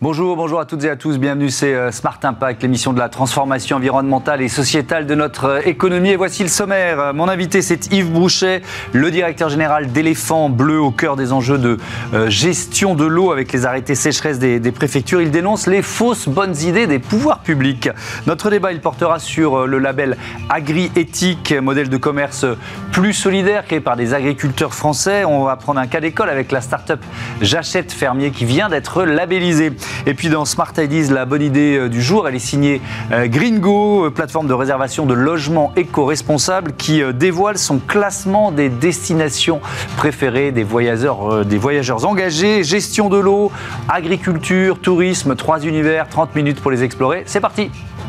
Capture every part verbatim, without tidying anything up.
Bonjour, bonjour à toutes et à tous, bienvenue, c'est euh, Smart Impact, l'émission de la transformation environnementale et sociétale de notre euh, économie. Et voici le sommaire. Euh, mon invité, c'est Yves Brouchet, le directeur général d'Éléphant Bleu, au cœur des enjeux de euh, gestion de l'eau avec les arrêtés sécheresse des, des préfectures. Il dénonce les fausses bonnes idées des pouvoirs publics. Notre débat, il portera sur euh, le label Agri-Éthique, modèle de commerce plus solidaire créé par des agriculteurs français. On va prendre un cas d'école avec la start-up J'achète Fermier qui vient d'être labellisée. Et puis dans Smart Ideas, la bonne idée du jour, elle est signée Gringo, plateforme de réservation de logements éco-responsables qui dévoile son classement des destinations préférées des voyageurs, des voyageurs engagés. Gestion de l'eau, agriculture, tourisme, trois univers, trente minutes pour les explorer. C'est parti!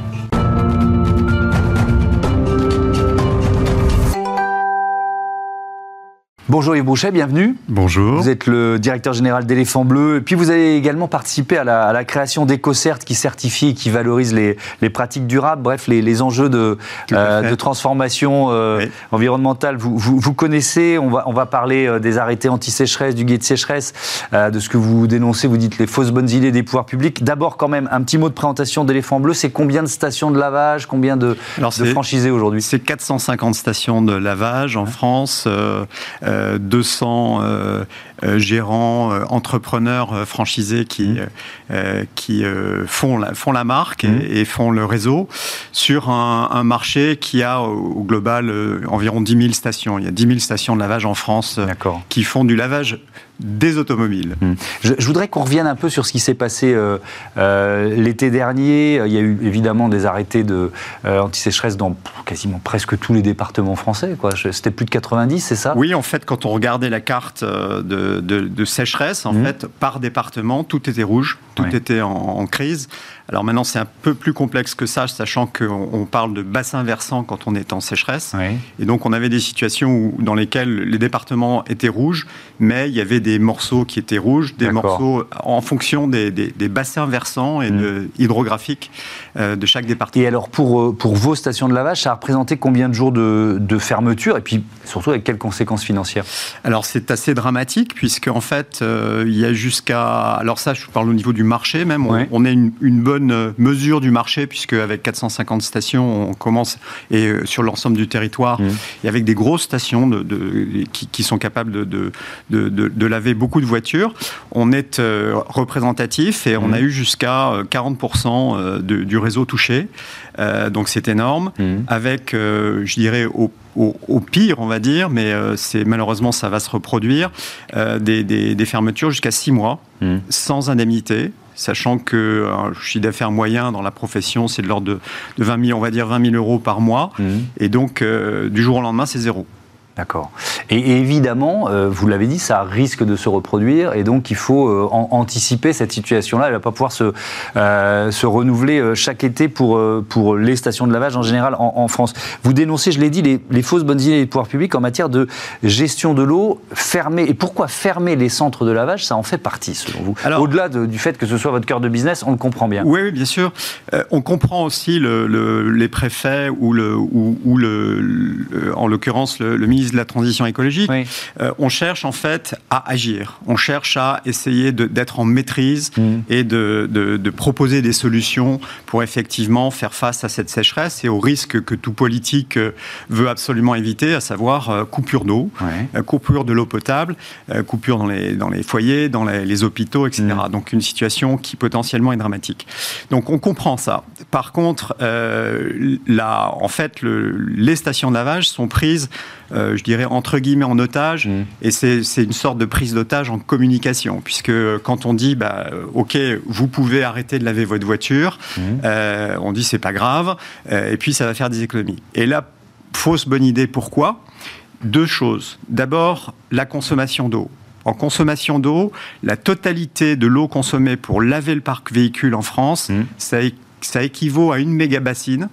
Bonjour Yves Brouchet, bienvenue. Bonjour. Vous êtes le directeur général d'Éléphant Bleu. Et puis vous avez également participé à la, à la création d'EcoCert qui certifie et qui valorise les, les pratiques durables, bref, les, les enjeux de, euh, de transformation euh, oui. environnementale. Vous, vous, vous connaissez, on va, on va parler euh, des arrêtés anti-sécheresse, du guide sécheresse, euh, de ce que vous dénoncez, vous dites les fausses bonnes idées des pouvoirs publics. D'abord quand même, un petit mot de présentation d'Éléphant Bleu. C'est combien de stations de lavage, combien de, Alors, de franchisés aujourd'hui? C'est quatre cent cinquante stations de lavage en France. Euh, euh, deux cents euh, euh, gérants, euh, entrepreneurs euh, franchisés qui, mmh. euh, qui euh, font, la, font la marque mmh. et, et font le réseau sur un, un marché qui a au, au global euh, environ dix mille stations. Il y a dix mille stations de lavage en France euh, qui font du lavage des automobiles. Mmh. Je, je voudrais qu'on revienne un peu sur ce qui s'est passé euh, euh, l'été dernier. Il y a eu évidemment des arrêtés de, euh, anti-sécheresse dans quasiment presque tous les départements français, quoi. C'était plus de quatre-vingt-dix, c'est ça? Oui, en fait, quand on regardait la carte de, de, de sécheresse, en mmh. fait, par département, tout était rouge, tout oui. était en, en crise. Alors maintenant, c'est un peu plus complexe que ça, sachant qu'on on parle de bassin versant quand on est en sécheresse. Oui. Et donc, on avait des situations où, dans lesquelles les départements étaient rouges, mais il y avait des morceaux qui étaient rouges, des D'accord. morceaux en fonction des, des, des bassins versants et mmh. de, hydrographiques euh, de chaque département. Et alors, pour, pour vos stations de lavage, ça a représenté combien de jours de, de fermeture? Et puis, surtout, avec quelles conséquences financières? Alors, c'est assez dramatique, puisque en fait, euh, il y a jusqu'à... Alors ça, je parle au niveau du marché même. Oui. On, on a une, une bonne mesure du marché, puisque avec quatre cent cinquante stations, on commence, et sur l'ensemble du territoire, mmh. et avec des grosses stations de, de, qui, qui sont capables de, de, de, de, de laver beaucoup de voitures, on est euh, représentatif et mmh. on a eu jusqu'à quarante pour cent de, du réseau touché. Euh, donc c'est énorme, mmh. avec, euh, je dirais, au Au, au pire, on va dire, mais euh, c'est, malheureusement, ça va se reproduire, euh, des, des, des fermetures jusqu'à six mois, mmh. sans indemnité, sachant que un chiffre d'affaires moyen dans la profession, c'est de l'ordre de, de vingt mille, on va dire vingt mille euros par mois, mmh. et donc, euh, du jour au lendemain, c'est zéro. D'accord. Et, et évidemment, euh, vous l'avez dit, ça risque de se reproduire et donc il faut euh, en, anticiper cette situation-là. Elle ne va pas pouvoir se, euh, se renouveler euh, chaque été pour, euh, pour les stations de lavage en général en, en France. Vous dénoncez, je l'ai dit, les, les fausses bonnes idées des pouvoirs publics en matière de gestion de l'eau. Fermer. Et pourquoi fermer les centres de lavage? Ça en fait partie, selon vous. Alors, au-delà de, du fait que ce soit votre cœur de business, on le comprend bien. Oui, oui, bien sûr. Euh, on comprend aussi le, le, les préfets ou, le, ou, ou le, le, en l'occurrence le, le ministre de la Transition écologique. Oui. Euh, on cherche en fait à agir. On cherche à essayer de, d'être en maîtrise mmh. et de, de, de proposer des solutions pour effectivement faire face à cette sécheresse et au risque que tout politique veut absolument éviter, à savoir euh, coupure d'eau, oui. euh, coupure de l'eau potable, euh, coupure dans les, dans les foyers, dans les, les hôpitaux, et cetera. Mmh. Donc une situation qui potentiellement est dramatique. Donc on comprend ça. Par contre, euh, là, en fait, le, les stations de lavage sont prises, euh, je dirais, entre guillemets en otage, mmh. et c'est, c'est une sorte de prise d'otage en communication, puisque quand on dit, bah, ok, vous pouvez arrêter de laver votre voiture, mmh. euh, on dit c'est pas grave, euh, et puis ça va faire des économies. Et là, fausse bonne idée, pourquoi? Deux choses. D'abord, la consommation d'eau. En consommation d'eau, la totalité de l'eau consommée pour laver le parc véhicule en France, mmh. ça, ça équivaut à une mégabassine.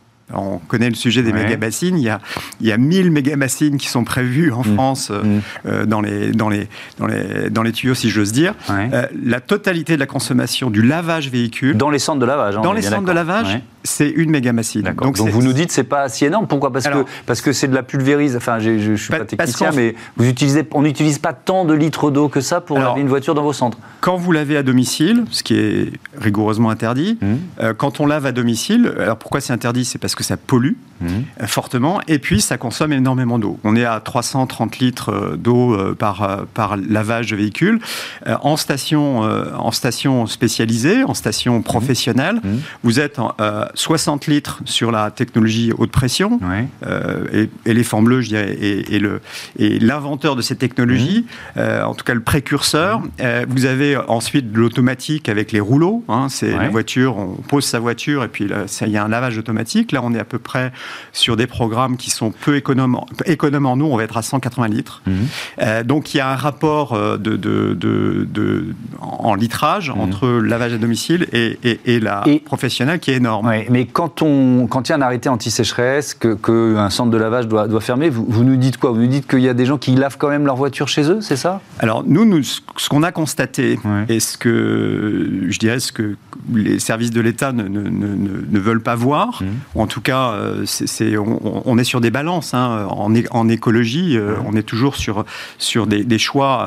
On connaît le sujet des ouais. mégabassines. Il y a, il y a mille mégabassines qui sont prévues en mmh. France euh, mmh. euh, dans, les, dans, les, dans, les, dans les tuyaux, si j'ose dire. Ouais. Euh, la totalité de la consommation du lavage véhicule... Dans les centres de lavage. Hein, dans les centres d'accord. de lavage, ouais. C'est une mégamachine. D'accord. Donc, Donc vous nous dites c'est pas si énorme. Pourquoi ? Parce Alors, que parce que c'est de la pulvérise. Enfin, je, je, je suis pas, pas technicien, mais vous utilisez, on n'utilise pas tant de litres d'eau que ça pour Alors, laver une voiture dans vos centres. Quand vous lavez à domicile, ce qui est rigoureusement interdit, mmh. euh, quand on lave à domicile, alors pourquoi c'est interdit ? C'est parce que ça pollue mmh. euh, fortement, et puis ça consomme énormément d'eau. On est à trois cent trente litres d'eau euh, par euh, par lavage de véhicule. Euh, en station euh, en station spécialisée, en station professionnelle, mmh. vous êtes en, euh, soixante litres sur la technologie haute pression, ouais. euh, et, et les formes bleues, je dirais, et, et, le, et l'inventeur de cette technologie, mmh. euh, en tout cas le précurseur. Mmh. Euh, vous avez ensuite de l'automatique avec les rouleaux. Hein, c'est ouais. la voiture, on pose sa voiture et puis il y a un lavage automatique. Là, on est à peu près sur des programmes qui sont peu économes, économes en eau. On va être à cent quatre-vingts litres. Mmh. Euh, donc il y a un rapport de, de, de, de, de en litrage mmh. entre le lavage à domicile et, et, et la et, professionnelle qui est énorme. Ouais, mais quand on, quand il y a un arrêté anti-sécheresse, que, que un centre de lavage doit, doit fermer, vous, vous nous dites quoi ? Vous nous dites qu'il y a des gens qui lavent quand même leur voiture chez eux, c'est ça ? Alors nous, nous, ce qu'on a constaté, ouais. et ce que je dirais, ce que les services de l'État ne, ne, ne, ne veulent pas voir, mmh. ou en tout cas, c'est, c'est, on, on est sur des balances. Hein, en, é, en écologie, mmh. on est toujours sur, sur des, des choix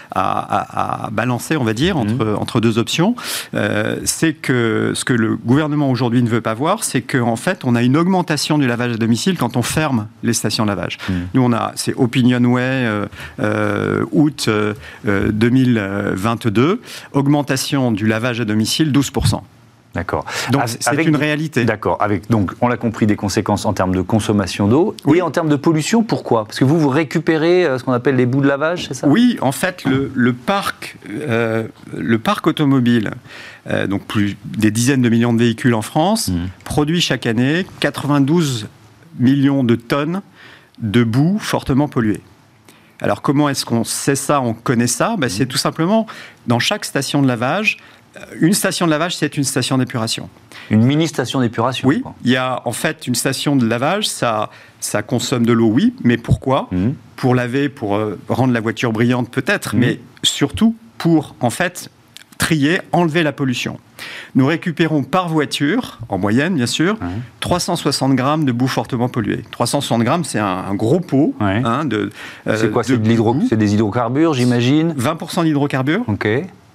à, à, à balancer, on va dire, entre, mmh. entre deux options. Euh, c'est que ce que le gouvernement aujourd'hui ne veut pas voir, c'est qu'en fait, on a une augmentation du lavage à domicile quand on ferme les stations de lavage. Mmh. Nous, on a, c'est Opinionway, euh, euh, août euh, deux mille vingt-deux, augmentation du lavage à domicile douze pour cent. D'accord. Donc c'est avec, une réalité. D'accord. Avec, donc on l'a compris, des conséquences en termes de consommation d'eau, oui. et en termes de pollution. Pourquoi ? Parce que vous, vous récupérez ce qu'on appelle les bouts de lavage, c'est ça ? Oui, en fait, le, le, parc, euh, le parc automobile, euh, donc plus des dizaines de millions de véhicules en France, mmh. produit chaque année quatre-vingt-douze millions de tonnes de boue fortement polluée. Alors comment est-ce qu'on sait ça, on connaît ça ? Ben, c'est tout simplement, dans chaque station de lavage, une station de lavage, c'est une station d'épuration. Une mini-station d'épuration ? Oui, il y a en fait une station de lavage, ça, ça consomme de l'eau, oui, mais pourquoi ? mmh. Pour laver, pour euh, rendre la voiture brillante peut-être, mmh. mais surtout pour en fait trier, enlever la pollution. Nous récupérons par voiture, en moyenne bien sûr, mmh. trois cent soixante grammes de boue fortement polluée. trois cent soixante grammes, c'est un, un gros pot. Ouais. Hein, de, euh, c'est quoi de c'est, de l'hydro- c'est des hydrocarbures, j'imagine ? vingt pour cent d'hydrocarbures. Ok.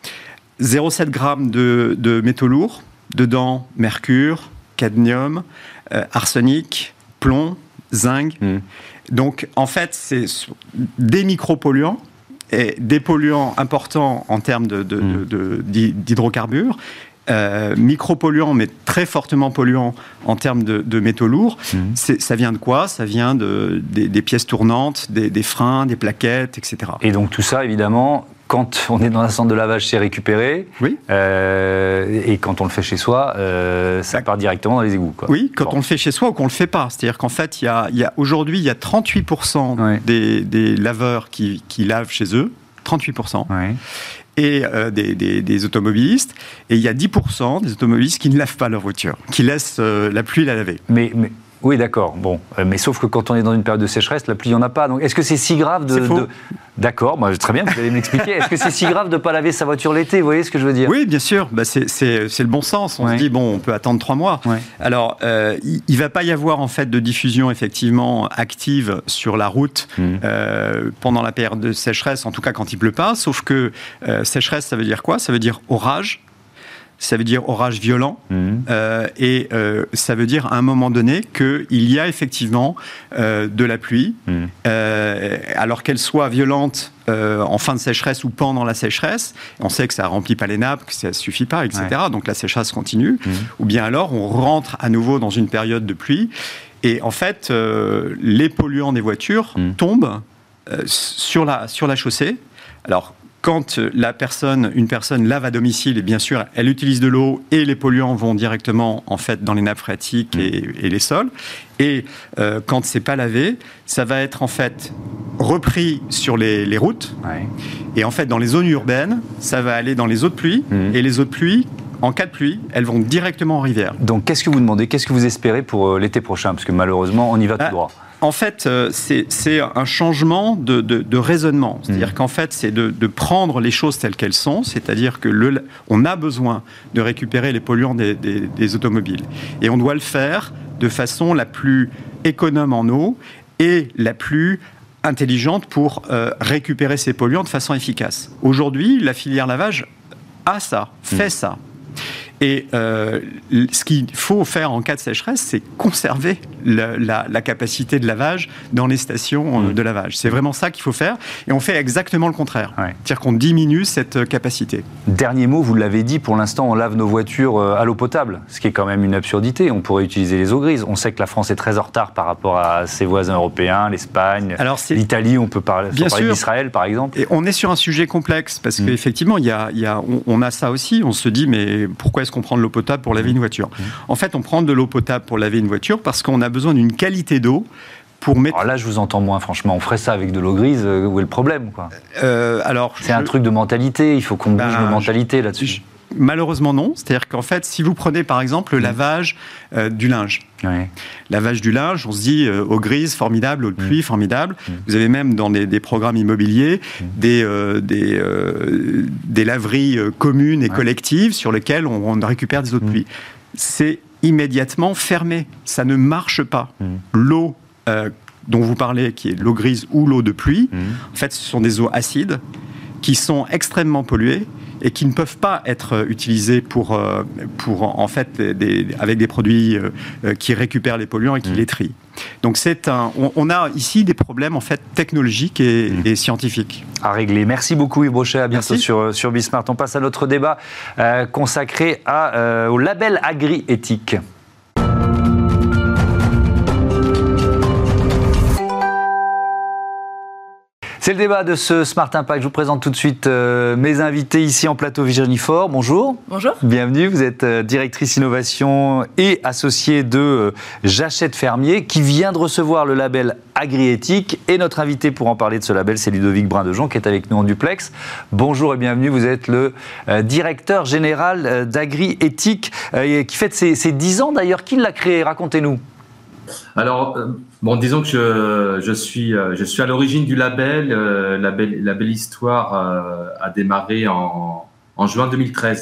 zéro virgule sept grammes de, de métaux lourds, dedans mercure, cadmium, euh, arsenic, plomb, zinc. Mmh. Donc en fait, c'est des micropolluants et des polluants importants en termes de, de, mmh. de, de, d'hydrocarbures. Euh, micropolluants, mais très fortement polluants en termes de, de métaux lourds. Mmh. C'est, ça vient de quoi ? Ça vient de, des, des pièces tournantes, des, des freins, des plaquettes, et cetera. Et donc tout ça, évidemment, quand on est dans un centre de lavage, c'est récupéré. Oui. Euh, et quand on le fait chez soi, euh, ça part directement dans les égouts, quoi. Oui, quand bon. on le fait chez soi ou qu'on ne le fait pas. C'est-à-dire qu'en fait, il y a, il y a, aujourd'hui, il y a trente-huit pour cent ouais. des, des laveurs qui, qui lavent chez eux. trente-huit pour cent. Ouais. Et euh, des, des, des automobilistes. Et il y a dix pour cent des automobilistes qui ne lavent pas leur voiture, qui laissent euh, la pluie la laver. Mais... mais... Oui, d'accord. Bon, euh, mais sauf que quand on est dans une période de sécheresse, la pluie, il n'y en a pas. Donc, est-ce que c'est si grave de... C'est faux. de... D'accord, moi, très bien, vous allez m'expliquer. Est-ce que c'est si grave de ne pas laver sa voiture l'été ? Vous voyez ce que je veux dire ? Oui, bien sûr. Bah, c'est, c'est, c'est le bon sens. On ouais. se dit, bon, on peut attendre trois mois. Ouais. Alors, euh, il ne va pas y avoir, en fait, de diffusion, effectivement, active sur la route mmh. euh, pendant la période de sécheresse, en tout cas quand il ne pleut pas. Sauf que euh, sécheresse, ça veut dire quoi ? Ça veut dire orage. Ça veut dire orage violent, mmh. euh, et euh, ça veut dire à un moment donné qu'il y a effectivement euh, de la pluie, mmh. euh, alors qu'elle soit violente euh, en fin de sécheresse ou pendant la sécheresse. On sait que ça ne remplit pas les nappes, que ça ne suffit pas, et cetera. Ouais. Donc la sécheresse continue. Mmh. Ou bien alors on rentre à nouveau dans une période de pluie, et en fait euh, les polluants des voitures mmh. tombent euh, sur la, sur la chaussée. Alors, quand la personne, une personne lave à domicile, et bien sûr, elle utilise de l'eau et les polluants vont directement en fait dans les nappes phréatiques mmh. et, et les sols. Et euh, quand c'est pas lavé, ça va être en fait repris sur les, les routes. Ouais. Et en fait, dans les zones urbaines, ça va aller dans les eaux de pluie. Mmh. Et les eaux de pluie, en cas de pluie, elles vont directement en rivière. Donc, qu'est-ce que vous demandez ? Qu'est-ce que vous espérez pour euh, l'été prochain ? Parce que malheureusement, on y va ah. tout droit. En fait, euh, c'est, c'est un changement de, de, de raisonnement. C'est-à-dire mmh. qu'en fait, c'est de, de prendre les choses telles qu'elles sont, c'est-à-dire que le, on a besoin de récupérer les polluants des, des, des automobiles. Et on doit le faire de façon la plus économe en eau et la plus intelligente pour euh, récupérer ces polluants de façon efficace. Aujourd'hui, la filière lavage a ça, fait mmh. ça. Et euh, ce qu'il faut faire en cas de sécheresse, c'est conserver la, la, la capacité de lavage dans les stations mmh. de lavage. C'est vraiment ça qu'il faut faire. Et on fait exactement le contraire. Ouais. C'est-à-dire qu'on diminue cette capacité. Dernier mot, vous l'avez dit, pour l'instant, on lave nos voitures à l'eau potable, ce qui est quand même une absurdité. On pourrait utiliser les eaux grises. On sait que la France est très en retard par rapport à ses voisins européens, l'Espagne, Alors l'Italie, on peut parler, bien parler sûr. d'Israël, par exemple. Et on est sur un sujet complexe, parce mmh. qu'effectivement, il y a, il y a, on, on a ça aussi. On se dit, mais pourquoi est-ce qu'on prend de l'eau potable pour laver une voiture ? Mmh. En fait, on prend de l'eau potable pour laver une voiture parce qu'on a besoin d'une qualité d'eau pour mettre... Alors là, je vous entends moins, franchement. On ferait ça avec de l'eau grise, euh, où est le problème, quoi ? euh, alors, C'est je... un truc de mentalité, il faut qu'on bouge ben, nos mentalités là-dessus. Je... Malheureusement, non. C'est-à-dire qu'en fait, si vous prenez, par exemple, le mmh. lavage euh, du linge. Ouais. Lavage du linge, on se dit euh, eau grise, formidable, eau de pluie, mmh. formidable. Mmh. Vous avez même dans des, des programmes immobiliers mmh. des, euh, des, euh, des laveries euh, communes et ouais. collectives sur lesquelles on, on récupère des eaux de pluie. Mmh. C'est immédiatement fermé. Ça ne marche pas. Mmh. L'eau euh, dont vous parlez, qui est l'eau grise ou l'eau de pluie, mmh. en fait, ce sont des eaux acides qui sont extrêmement polluées et qui ne peuvent pas être utilisés pour, euh, pour en fait, des, avec des produits euh, qui récupèrent les polluants et qui mmh. les trient. Donc c'est un, on, on a ici des problèmes en fait technologiques et, mmh. et scientifiques à régler. Merci beaucoup Yves Brochet, à bientôt sur, sur Bismart. On passe à notre débat euh, consacré à, euh, au label agri-éthique. C'est le débat de ce Smart Impact. Je vous présente tout de suite euh, mes invités ici en plateau. Virginie Faure, bonjour. Bonjour. Bienvenue, vous êtes euh, directrice innovation et associée de euh, J'achète fermier, qui vient de recevoir le label agri-éthique. Et notre invité pour en parler de ce label, c'est Ludovic Brindejean, qui est avec nous en duplex. Bonjour et bienvenue, vous êtes le euh, directeur général euh, d'agri-éthique, euh, qui fête ses, ses dix ans d'ailleurs. Qui l'a créé ? Racontez-nous. Alors, euh, bon, disons que je, je, suis, euh, je suis à l'origine du label. Euh, la, belle, la belle histoire euh, a démarré en, en juin deux mille treize.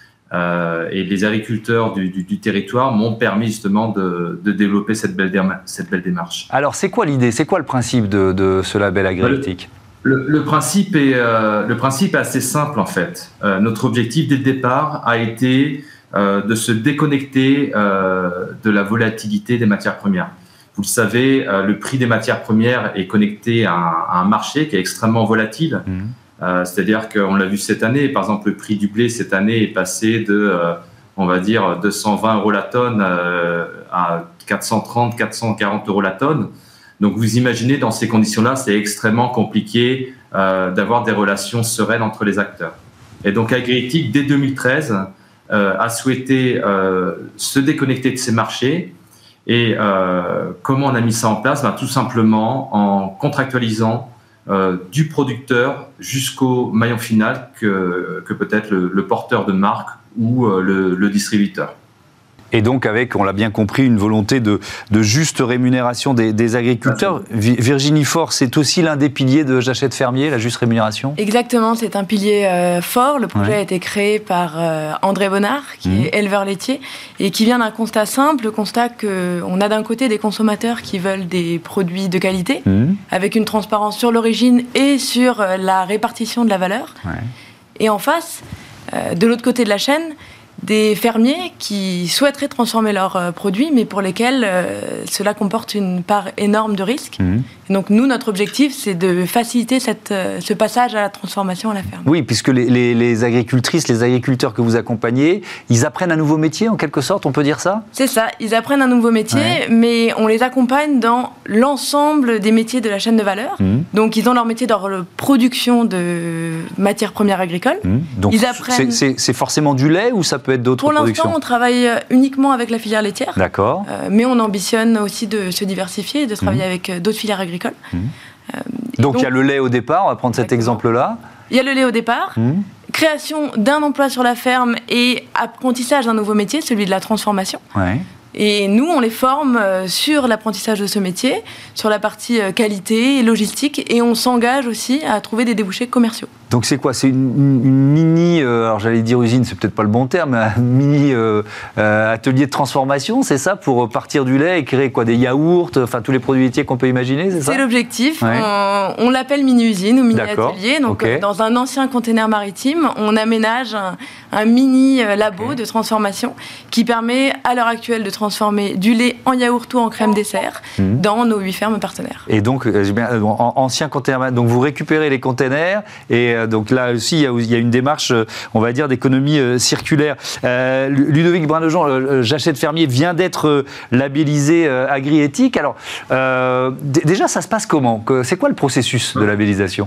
Euh, et les agriculteurs du, du, du territoire m'ont permis justement de, de développer cette belle, déma- cette belle démarche. Alors, c'est quoi l'idée ? C'est quoi le principe de, de ce label agri-éthique ? le, le, le, principe est, euh, le principe est assez simple, en fait. Euh, notre objectif, dès le départ, a été... Euh, de se déconnecter euh, de la volatilité des matières premières. Vous le savez, euh, le prix des matières premières est connecté à un, à un marché qui est extrêmement volatile. Mmh. Euh, c'est-à-dire qu'on l'a vu cette année, par exemple, le prix du blé cette année est passé de, euh, on va dire, deux cent vingt euros la tonne euh, à quatre cent trente, quatre cent quarante euros la tonne. Donc vous imaginez, dans ces conditions-là, c'est extrêmement compliqué euh, d'avoir des relations sereines entre les acteurs. Et donc Agri-Éthique, dès deux mille treize, Euh, a souhaité euh, se déconnecter de ces marchés. Et euh, comment on a mis ça en place ? Ben, tout simplement en contractualisant euh, du producteur jusqu'au maillon final que, que peut être le, le porteur de marque ou euh, le, le distributeur. Et donc avec, on l'a bien compris, une volonté de, de juste rémunération des, des agriculteurs. Virginie Faure, c'est aussi l'un des piliers de J'achète fermier, la juste rémunération ? Exactement, c'est un pilier euh, fort. Le projet ouais. a été créé par euh, André Bonnard, qui mmh. est éleveur laitier, et qui vient d'un constat simple, le constat qu'on a d'un côté des consommateurs qui veulent des produits de qualité, mmh. avec une transparence sur l'origine et sur euh, la répartition de la valeur. Ouais. Et en face, euh, de l'autre côté de la chaîne, des fermiers qui souhaiteraient transformer leurs euh, produits, mais pour lesquels euh, cela comporte une part énorme de risques. Mmh. Et donc nous, notre objectif, c'est de faciliter cette, euh, ce passage à la transformation à la ferme. Oui, puisque les, les, les agricultrices, les agriculteurs que vous accompagnez, ils apprennent un nouveau métier, en quelque sorte, on peut dire ça ? C'est ça, ils apprennent un nouveau métier, ouais. mais on les accompagne dans l'ensemble des métiers de la chaîne de valeur. Mmh. Donc ils ont leur métier dans la production de matières premières agricoles. Mmh. Donc ils apprennent... c'est, c'est, c'est forcément du lait ou ça peut être d'autres Pour productions ? Pour l'instant, on travaille uniquement avec la filière laitière. D'accord. Euh, mais on ambitionne aussi de se diversifier et de travailler mmh. avec d'autres filières agricoles. Mmh. Euh, donc, donc il y a le lait au départ, on va prendre cet exemple-là. Il y a le lait au départ, mmh. création d'un emploi sur la ferme et apprentissage d'un nouveau métier, celui de la transformation. Ouais. Et nous, on les forme sur l'apprentissage de ce métier, sur la partie qualité et logistique, et on s'engage aussi à trouver des débouchés commerciaux. Donc c'est quoi? C'est une, une, une mini, euh, alors j'allais dire usine, c'est peut-être pas le bon terme, mais un mini euh, euh, atelier de transformation, c'est ça, pour partir du lait et créer quoi, des yaourts, enfin tous les produits laitiers qu'on peut imaginer, c'est ça? C'est l'objectif. Ouais. On, on l'appelle mini-usine ou mini-atelier. Donc okay. euh, dans un ancien container maritime, on aménage un, un mini labo okay. de transformation qui permet à l'heure actuelle de transformer du lait en yaourt ou en crème dessert mmh. dans nos huit fermes partenaires. Et donc, euh, bien, euh, ancien container, donc vous récupérez les containers et euh, donc là aussi il y, a, il y a une démarche, euh, on va dire, d'économie euh, circulaire. Euh, Ludovic Brun-Dejean, le Jachette Fermier vient d'être euh, labellisé euh, agri-éthique. Alors euh, d- déjà, ça se passe comment? C'est quoi le processus de labellisation?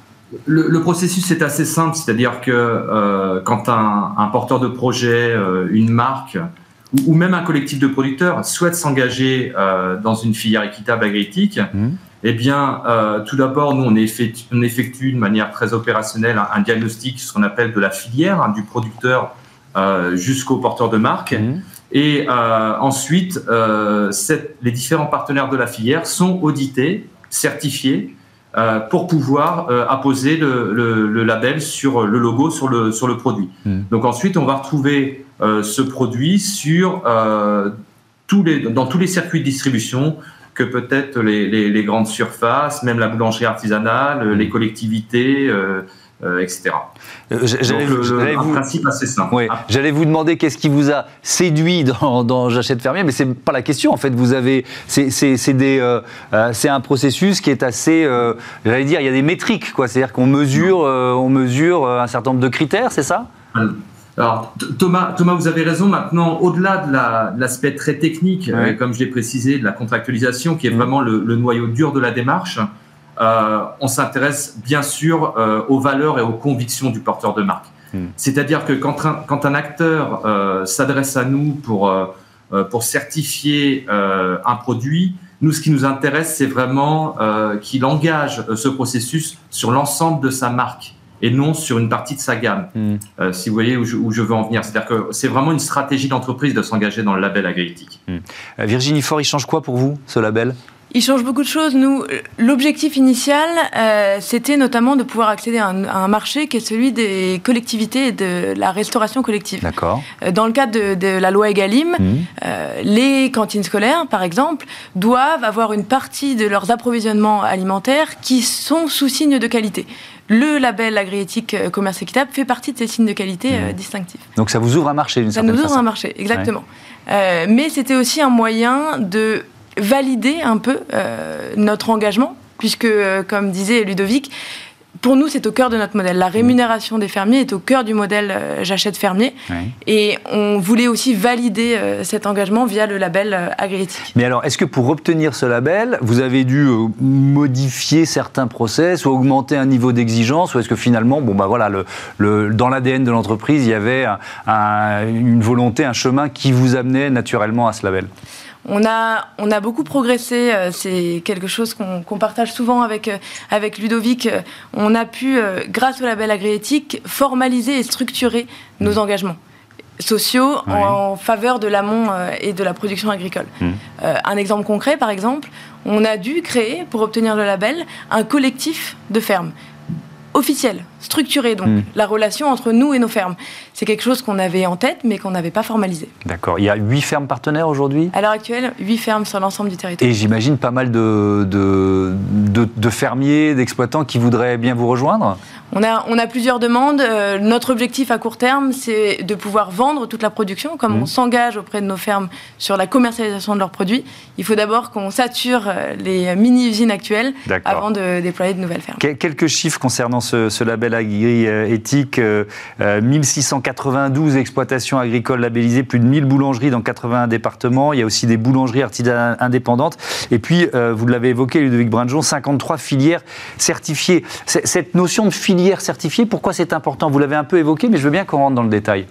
Le, le processus est assez simple, c'est-à-dire que euh, quand un, un porteur de projet, euh, une marque ou, ou même un collectif de producteurs souhaite s'engager euh, dans une filière équitable agri-éthique, mmh. eh bien, euh, tout d'abord, nous, on effectue, on effectue de manière très opérationnelle un, un diagnostic, ce qu'on appelle de la filière, hein, du producteur euh, jusqu'au porteur de marque. Mmh. Et euh, ensuite, euh, cette, les différents partenaires de la filière sont audités, certifiés, Euh, pour pouvoir euh, apposer le, le, le label sur le logo sur le, sur le produit. Mmh. Donc ensuite, on va retrouver euh, ce produit sur, euh, tous les, dans tous les circuits de distribution que peut-être les, les, les grandes surfaces, même la boulangerie artisanale, mmh. les collectivités, euh, euh, et cetera. Euh, j'allais Donc, vous, le, j'allais un vous, principe assez simple. Oui, ah. J'allais vous demander qu'est-ce qui vous a séduit dans, dans Jachette Fermier, mais c'est pas la question. En fait, vous avez, c'est, c'est, c'est des, euh, c'est un processus qui est assez, euh, j'allais dire, il y a des métriques, quoi. C'est-à-dire qu'on mesure, euh, on mesure un certain nombre de critères, c'est ça? Alors, Thomas, Thomas, vous avez raison. Maintenant, au-delà de, la, de l'aspect très technique, ouais. euh, comme je l'ai précisé, de la contractualisation, qui est mmh. vraiment le, le noyau dur de la démarche, Euh, on s'intéresse bien sûr euh, aux valeurs et aux convictions du porteur de marque. Mmh. C'est-à-dire que quand un, quand un acteur euh, s'adresse à nous pour, euh, pour certifier euh, un produit, nous, ce qui nous intéresse, c'est vraiment euh, qu'il engage ce processus sur l'ensemble de sa marque et non sur une partie de sa gamme, mmh. euh, si vous voyez où je, où je veux en venir. C'est-à-dire que c'est vraiment une stratégie d'entreprise de s'engager dans le label agri-éthique. Mmh. Euh, Virginie Faure, il change quoi pour vous, ce label ? Il change beaucoup de choses. Nous, l'objectif initial, euh, c'était notamment de pouvoir accéder à un, à un marché qui est celui des collectivités et de la restauration collective. D'accord. Euh, dans le cadre de, de la loi Egalim, mmh. euh, les cantines scolaires, par exemple, doivent avoir une partie de leurs approvisionnements alimentaires qui sont sous signe de qualité. Le label agri-éthique commerce équitable fait partie de ces signes de qualité mmh. euh, distinctifs. Donc ça vous ouvre un marché, d'une ça certaine façon. Ça nous ouvre un marché, exactement. Ouais. Euh, mais c'était aussi un moyen de valider un peu euh, notre engagement, puisque, euh, comme disait Ludovic, pour nous, c'est au cœur de notre modèle. La rémunération des fermiers est au cœur du modèle euh, Jachette Fermier. Oui. Et on voulait aussi valider euh, cet engagement via le label euh, agri-éthique. Mais alors, est-ce que pour obtenir ce label, vous avez dû euh, modifier certains process ou augmenter un niveau d'exigence, ou est-ce que finalement, bon, bah, voilà, le, le, dans l'A D N de l'entreprise, il y avait un, un, une volonté, un chemin qui vous amenait naturellement à ce label ? On a, on a beaucoup progressé, c'est quelque chose qu'on, qu'on partage souvent avec, avec Ludovic. On a pu, grâce au label agri-éthique, formaliser et structurer nos engagements sociaux oui. en faveur de l'amont et de la production agricole. Mmh. Euh, un exemple concret, par exemple, on a dû créer, pour obtenir le label, un collectif de fermes officiel, structuré, donc mmh. la relation entre nous et nos fermes. C'est quelque chose qu'on avait en tête, mais qu'on n'avait pas formalisé. D'accord. Il y a huit fermes partenaires aujourd'hui ? À l'heure actuelle, huit fermes sur l'ensemble du territoire. Et j'imagine pas mal de, de, de, de fermiers, d'exploitants qui voudraient bien vous rejoindre ? On a, on a plusieurs demandes. Euh, notre objectif à court terme, c'est de pouvoir vendre toute la production. Comme mmh. on s'engage auprès de nos fermes sur la commercialisation de leurs produits, il faut d'abord qu'on sature les mini-usines actuelles D'accord. avant de déployer de nouvelles fermes. Quelques chiffres concernant ce, ce label agri-éthique. Euh, mille six cent quatre-vingt-douze exploitations agricoles labellisées, plus de mille boulangeries dans quatre-vingts départements. Il y a aussi des boulangeries artisanales indépendantes. Et puis, euh, vous l'avez évoqué, Ludovic Brun-Dejean, cinquante-trois filières certifiées. C'est, cette notion de filière certifiée, pourquoi c'est important ? Vous l'avez un peu évoqué, mais je veux bien qu'on rentre dans le détail.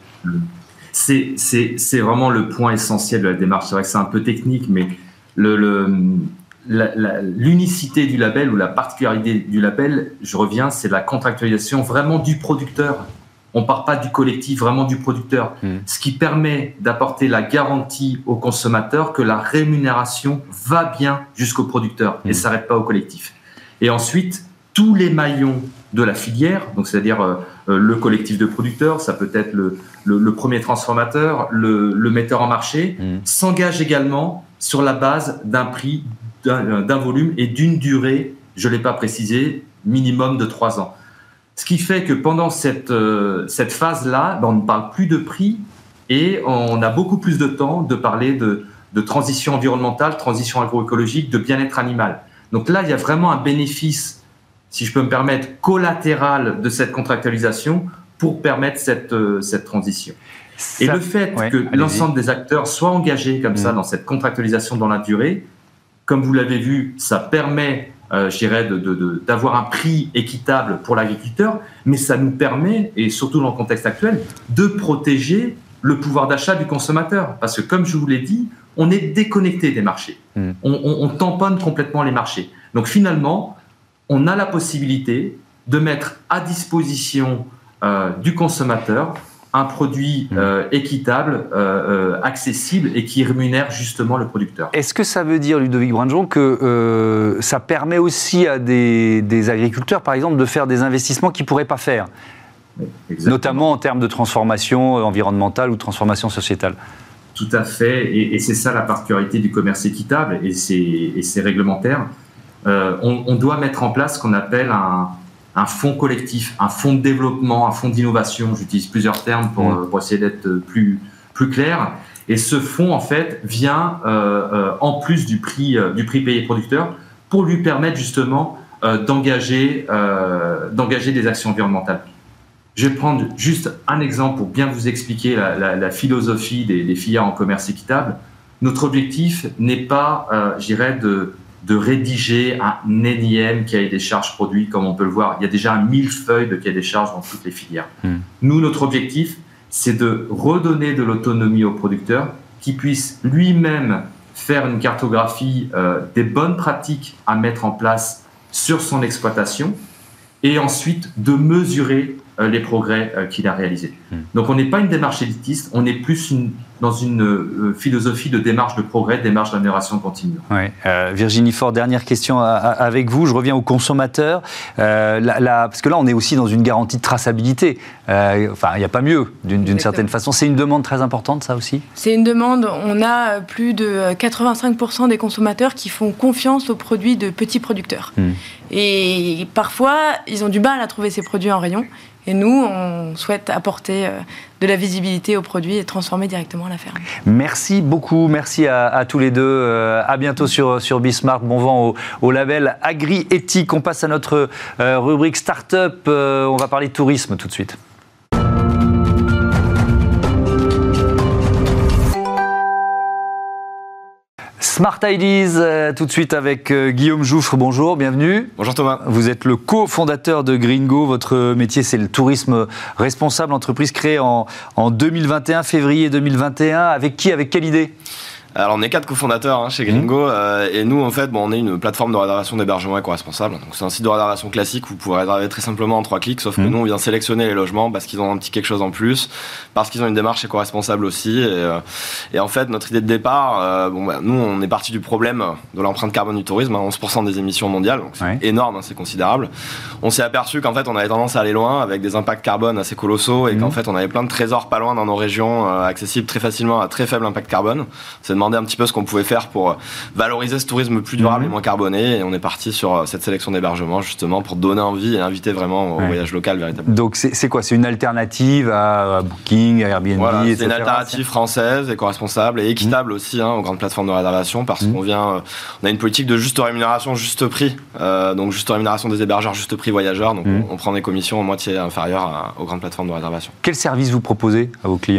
C'est, c'est, c'est vraiment le point essentiel de la démarche. C'est vrai que c'est un peu technique, mais le, le, la, la, l'unicité du label ou la particularité du label, je reviens, c'est la contractualisation vraiment du producteur On ne part pas du collectif, vraiment du producteur. Mmh. Ce qui permet d'apporter la garantie au consommateur que la rémunération va bien jusqu'au producteur mmh. et ne s'arrête pas au collectif. Et ensuite, tous les maillons de la filière, donc c'est-à-dire euh, le collectif de producteurs, ça peut être le, le, le premier transformateur, le, le metteur en marché, mmh. s'engagent également sur la base d'un prix, d'un, d'un volume et d'une durée, je ne l'ai pas précisé, minimum de trois ans. Ce qui fait que pendant cette, euh, cette phase-là, ben on ne parle plus de prix et on a beaucoup plus de temps de parler de, de transition environnementale, transition agroécologique, de bien-être animal. Donc là, il y a vraiment un bénéfice, si je peux me permettre, collatéral de cette contractualisation pour permettre cette, euh, cette transition. Ça, et le fait ouais, que allez-y. l'ensemble des acteurs soient engagés comme mmh. ça dans cette contractualisation dans la durée, comme vous l'avez vu, ça permet... Euh, je dirais, de, de, de, d'avoir un prix équitable pour l'agriculteur, mais ça nous permet, et surtout dans le contexte actuel, de protéger le pouvoir d'achat du consommateur. Parce que, comme je vous l'ai dit, on est déconnecté des marchés. Mmh. On, on, on tamponne complètement les marchés. Donc, finalement, on a la possibilité de mettre à disposition euh, du consommateur un produit euh, équitable, euh, euh, accessible et qui rémunère justement le producteur. Est-ce que ça veut dire, Ludovic Brandjon, que euh, ça permet aussi à des, des agriculteurs, par exemple, de faire des investissements qu'ils ne pourraient pas faire, Exactement. notamment en termes de transformation environnementale ou de transformation sociétale? Tout à fait, et, et c'est ça la particularité du commerce équitable, et c'est, et c'est réglementaire. Euh, on, on doit mettre en place ce qu'on appelle un... un fonds collectif, un fonds de développement, un fonds d'innovation, j'utilise plusieurs termes pour, mmh. pour essayer d'être plus, plus clair. Et ce fonds, en fait, vient euh, euh, en plus du prix, euh, du prix payé producteur pour lui permettre justement euh, d'engager, euh, d'engager des actions environnementales. Je vais prendre juste un exemple pour bien vous expliquer la, la, la philosophie des, des filières en commerce équitable. Notre objectif n'est pas, euh, je dirais, de... de rédiger un énième cahier des charges produit, comme on peut le voir. Il y a déjà un millefeuille de cahier des charges dans toutes les filières. Mmh. Nous, notre objectif, c'est de redonner de l'autonomie au producteur qui puisse lui-même faire une cartographie euh, des bonnes pratiques à mettre en place sur son exploitation et ensuite de mesurer euh, les progrès euh, qu'il a réalisés. Mmh. Donc, on n'est pas une démarche élitiste, on est plus une, dans une euh, philosophie de démarche de progrès, démarche d'amélioration continue. Ouais. Euh, Virginie Fort, dernière question à, à, avec vous. Je reviens aux consommateurs. Euh, la, la, parce que là, on est aussi dans une garantie de traçabilité. Euh, enfin, il n'y a pas mieux, d'une, d'une certaine façon. C'est une demande très importante, ça aussi ? C'est une demande. On a plus de quatre-vingt-cinq pour cent des consommateurs qui font confiance aux produits de petits producteurs. Mmh. Et parfois, ils ont du mal à trouver ces produits en rayon. Et nous, on souhaite apporter de la visibilité aux produits et transformer directement à la ferme. Merci beaucoup, merci à, à tous les deux. Euh, à bientôt sur, sur Bismart. Bon vent au, au label Agri-Éthique. On passe à notre euh, rubrique Start-up. Euh, on va parler de tourisme tout de suite. Smart Ideas, euh, tout de suite avec euh, Guillaume Jouffre. Bonjour, bienvenue. Bonjour Thomas. Vous êtes le cofondateur de Greengo. Votre métier, c'est le tourisme responsable, entreprise créée en, en deux mille vingt et un, février deux mille vingt et un. Avec qui, avec quelle idée ? Alors on est quatre cofondateurs hein, chez Greengo mmh. euh, et nous en fait bon, on est une plateforme de réservation d'hébergement éco-responsable. Donc c'est un site de réservation classique où vous pouvez réserver très simplement en trois clics, sauf mmh. que nous on vient sélectionner les logements parce qu'ils ont un petit quelque chose en plus, parce qu'ils ont une démarche éco-responsable aussi. Et, euh, et en fait notre idée de départ, euh, bon, bah, nous on est parti du problème de l'empreinte carbone du tourisme, hein, onze pour cent des émissions mondiales, donc c'est ouais. énorme, hein, c'est considérable. On s'est aperçu qu'en fait on avait tendance à aller loin avec des impacts carbone assez colossaux et mmh. qu'en fait on avait plein de trésors pas loin dans nos régions, euh, accessibles très facilement à très faible impact carbone. On s'est demandé un petit peu ce qu'on pouvait faire pour valoriser ce tourisme plus durable mmh. et moins carboné, et on est parti sur cette sélection d'hébergement justement pour donner envie et inviter vraiment au ouais. voyage local véritablement. Donc c'est, c'est quoi ? C'est une alternative à Booking, à Airbnb, voilà, et cetera. C'est une alternative française, éco-responsable et équitable mmh. aussi hein, aux grandes plateformes de réservation parce mmh. qu'on vient, on a une politique de juste rémunération, juste prix, euh, donc juste rémunération des hébergeurs, juste prix voyageurs, donc mmh. on, on prend des commissions à moitié inférieures à, aux grandes plateformes de réservation. Quel service vous proposez à vos clients ?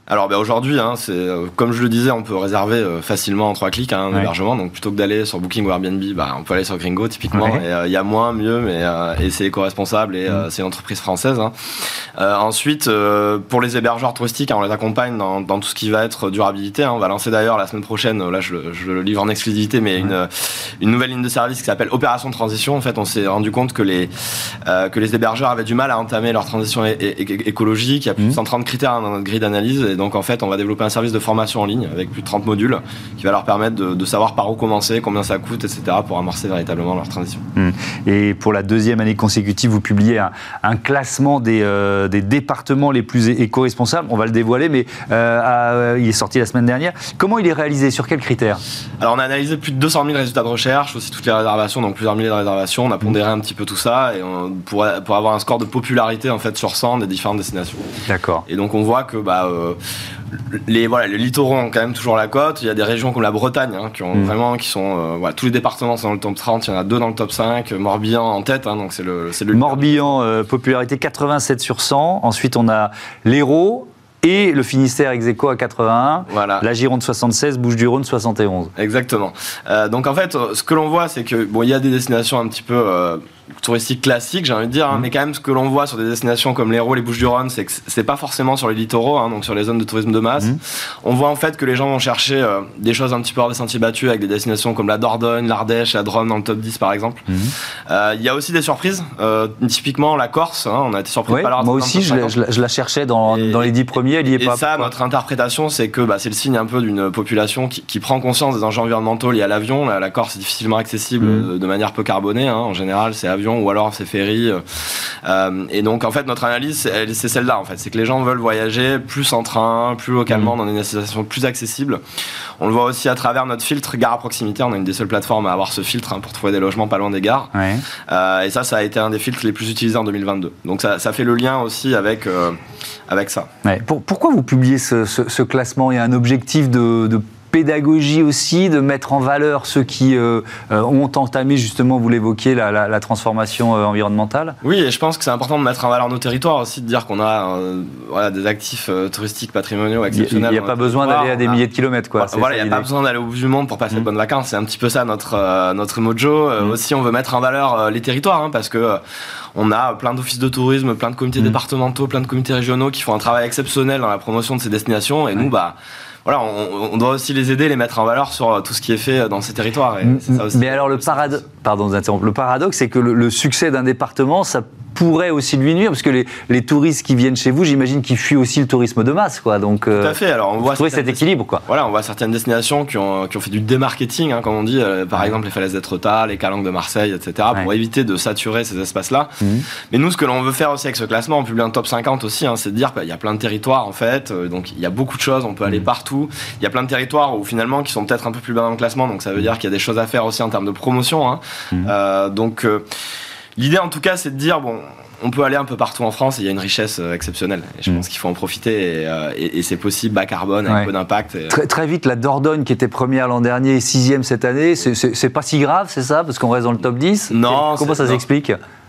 Alors ben aujourd'hui, hein, c'est, euh, comme je le disais, on peut réserver euh, facilement en trois clics hein, un ouais. hébergement. Donc plutôt que d'aller sur Booking ou Airbnb, bah, on peut aller sur Gringo typiquement. Il ouais. y a moins, mieux, mais euh, et c'est éco-responsable et euh, mmh. c'est une entreprise française. Hein. Euh, ensuite, euh, pour les hébergeurs touristiques, hein, on les accompagne dans, dans tout ce qui va être durabilité. Hein. On va lancer d'ailleurs la semaine prochaine, là je, je le livre en exclusivité, mais mmh. une, une nouvelle ligne de service qui s'appelle Opération de transition. En fait, on s'est rendu compte que les, euh, que les hébergeurs avaient du mal à entamer leur transition é- é- écologique. Il y a plus de cent trente critères dans notre grille d'analyse. Et donc en fait, on va développer un service de formation en ligne avec plus de trente modules qui va leur permettre de, de savoir par où commencer, combien ça coûte, et cetera pour amorcer véritablement leur transition. Mmh. Et pour la deuxième année consécutive, vous publiez un, un classement des, euh, des départements les plus éco-responsables. On va le dévoiler, mais euh, à, il est sorti la semaine dernière. Comment il est réalisé? Sur quels critères? Alors on a analysé plus de deux cent mille résultats de recherche, aussi toutes les réservations, donc plusieurs milliers de réservations. On a pondéré un petit peu tout ça et on, pour, pour avoir un score de popularité en fait sur cent des différentes destinations. D'accord. Et donc on voit que bah, euh, Les, voilà, les littoraux ont quand même toujours la cote. Il y a des régions comme la Bretagne hein, qui ont mmh. vraiment, qui sont, euh, voilà, tous les départements sont dans le top trente. Il y en a deux dans le top cinq. Morbihan en tête, hein, donc c'est le, c'est le. Morbihan, euh, popularité quatre-vingt-sept sur cent. Ensuite, on a l'Hérault. Et le Finistère ex aequo à quatre-vingt-un, voilà. La Gironde soixante-seize, Bouches-du-Rhône soixante et onze. Exactement. Euh, donc en fait, ce que l'on voit, c'est que bon, il y a des destinations un petit peu euh, touristiques classiques, j'ai envie de dire, hein, mmh. mais quand même, ce que l'on voit sur des destinations comme l'Hérault, les Bouches-du-Rhône, c'est que c'est pas forcément sur les littoraux, hein, donc sur les zones de tourisme de masse. Mmh. On voit en fait que les gens vont chercher euh, des choses un petit peu hors des sentiers battus, avec des destinations comme la Dordogne, l'Ardèche, la Drôme dans le top dix par exemple. Il mmh. euh, y a aussi des surprises, euh, typiquement la Corse, hein, on a été surpris ouais, de pas moi aussi, je la, je, la, je la cherchais dans, et, dans les dix premiers. Elle y est et pas, ça, notre interprétation, c'est que bah, c'est le signe un peu d'une population qui, qui prend conscience des enjeux environnementaux liés à l'avion. La, la Corse est difficilement accessible mmh. de, de manière peu carbonée. Hein. En général, c'est avion ou alors c'est ferry. Euh, et donc, en fait, notre analyse, c'est, c'est celle-là. En fait, c'est que les gens veulent voyager plus en train, plus localement, mmh. dans des destinations plus accessibles. On le voit aussi à travers notre filtre gare à proximité. On a une des seules plateformes à avoir ce filtre hein, pour trouver des logements pas loin des gares. Ouais. Euh, et ça, ça a été un des filtres les plus utilisés en deux mille vingt-deux. Donc, ça, ça fait le lien aussi avec, euh, avec ça. Ouais. Pour, pourquoi vous publiez ce, ce, ce classement? Il y a un objectif de, de pédagogie aussi, de mettre en valeur ceux qui euh, ont entamé justement, vous l'évoquiez, la, la, la transformation euh, environnementale? Oui, et je pense que c'est important de mettre en valeur nos territoires aussi, de dire qu'on a euh, voilà, des actifs euh, touristiques patrimoniaux exceptionnels. Il n'y a pas besoin d'aller à des milliers de kilomètres. Quoi. Voilà, il n'y a pas besoin d'aller au bout du monde pour passer mmh. de bonnes vacances. C'est un petit peu ça notre, euh, notre mojo. Euh, mmh. Aussi, on veut mettre en valeur euh, les territoires, hein, parce que euh, on a plein d'offices de tourisme, plein de comités mmh. départementaux, plein de comités régionaux qui font un travail exceptionnel dans la promotion de ces destinations. Et mmh. nous, bah... Voilà, on, on doit aussi les aider, les mettre en valeur sur tout ce qui est fait dans ces territoires. Et c'est ça aussi. Mais alors le paradoxe, pardon, le paradoxe, c'est que le, le succès d'un département, ça pourrait aussi lui nuire, parce que les, les touristes qui viennent chez vous, j'imagine qu'ils fuient aussi le tourisme de masse, quoi. Donc, tout à fait. Alors, on voit trouver cet équilibre, quoi. Voilà, on voit certaines destinations qui ont, qui ont fait du démarketing, hein, comme on dit, euh, par exemple les falaises d'Étretat, les calanques de Marseille, et cetera, pour ouais. éviter de saturer ces espaces-là. Mmh. Mais nous, ce que l'on veut faire aussi avec ce classement, on publie un top cinquante aussi, hein, c'est de dire qu'il y a plein de territoires, en fait, euh, donc il y a beaucoup de choses, on peut mmh. aller partout. Il y a plein de territoires où finalement qui sont peut-être un peu plus bas dans le classement, donc ça veut dire qu'il y a des choses à faire aussi en termes de promotion. Hein. Mmh. Euh, donc euh, l'idée, en tout cas, c'est de dire bon. On peut aller un peu partout en France et il y a une richesse exceptionnelle. Et je mmh. pense qu'il faut en profiter et, euh, et, et c'est possible bas carbone, avec ouais. peu d'impact. Et... Très, très vite, la Dordogne qui était première l'an dernier, sixième cette année, c'est, c'est, c'est pas si grave, c'est ça? Parce qu'on reste dans le top dix? Non. Comment ça non. s'explique?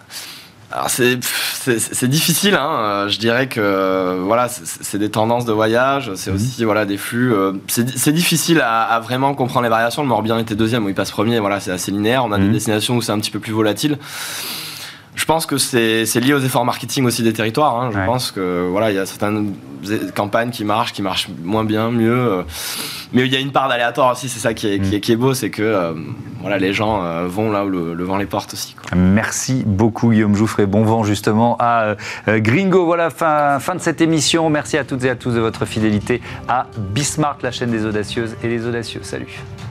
Alors c'est, c'est, c'est difficile, hein. Je dirais que voilà, c'est, c'est des tendances de voyage, c'est mmh. aussi voilà, des flux. Euh, c'est, c'est difficile à, à vraiment comprendre les variations. Le Morbihan était deuxième, où il passe premier, voilà, c'est assez linéaire. On a mmh. des destinations où c'est un petit peu plus volatile. Je pense que c'est, c'est lié aux efforts marketing aussi des territoires. Hein. Je ouais. pense que voilà, il y a certaines campagnes qui marchent, qui marchent moins bien, mieux. Mais il y a une part d'aléatoire aussi. C'est ça qui est, mmh. qui est, qui est beau, c'est que euh, voilà, les gens euh, vont là où le, le vent les porte aussi. Quoi. Merci beaucoup Guillaume Jouffret. Bon vent justement à euh, Gringo. Voilà, fin, fin de cette émission. Merci à toutes et à tous de votre fidélité à Bismart, la chaîne des audacieuses et des audacieux. Salut.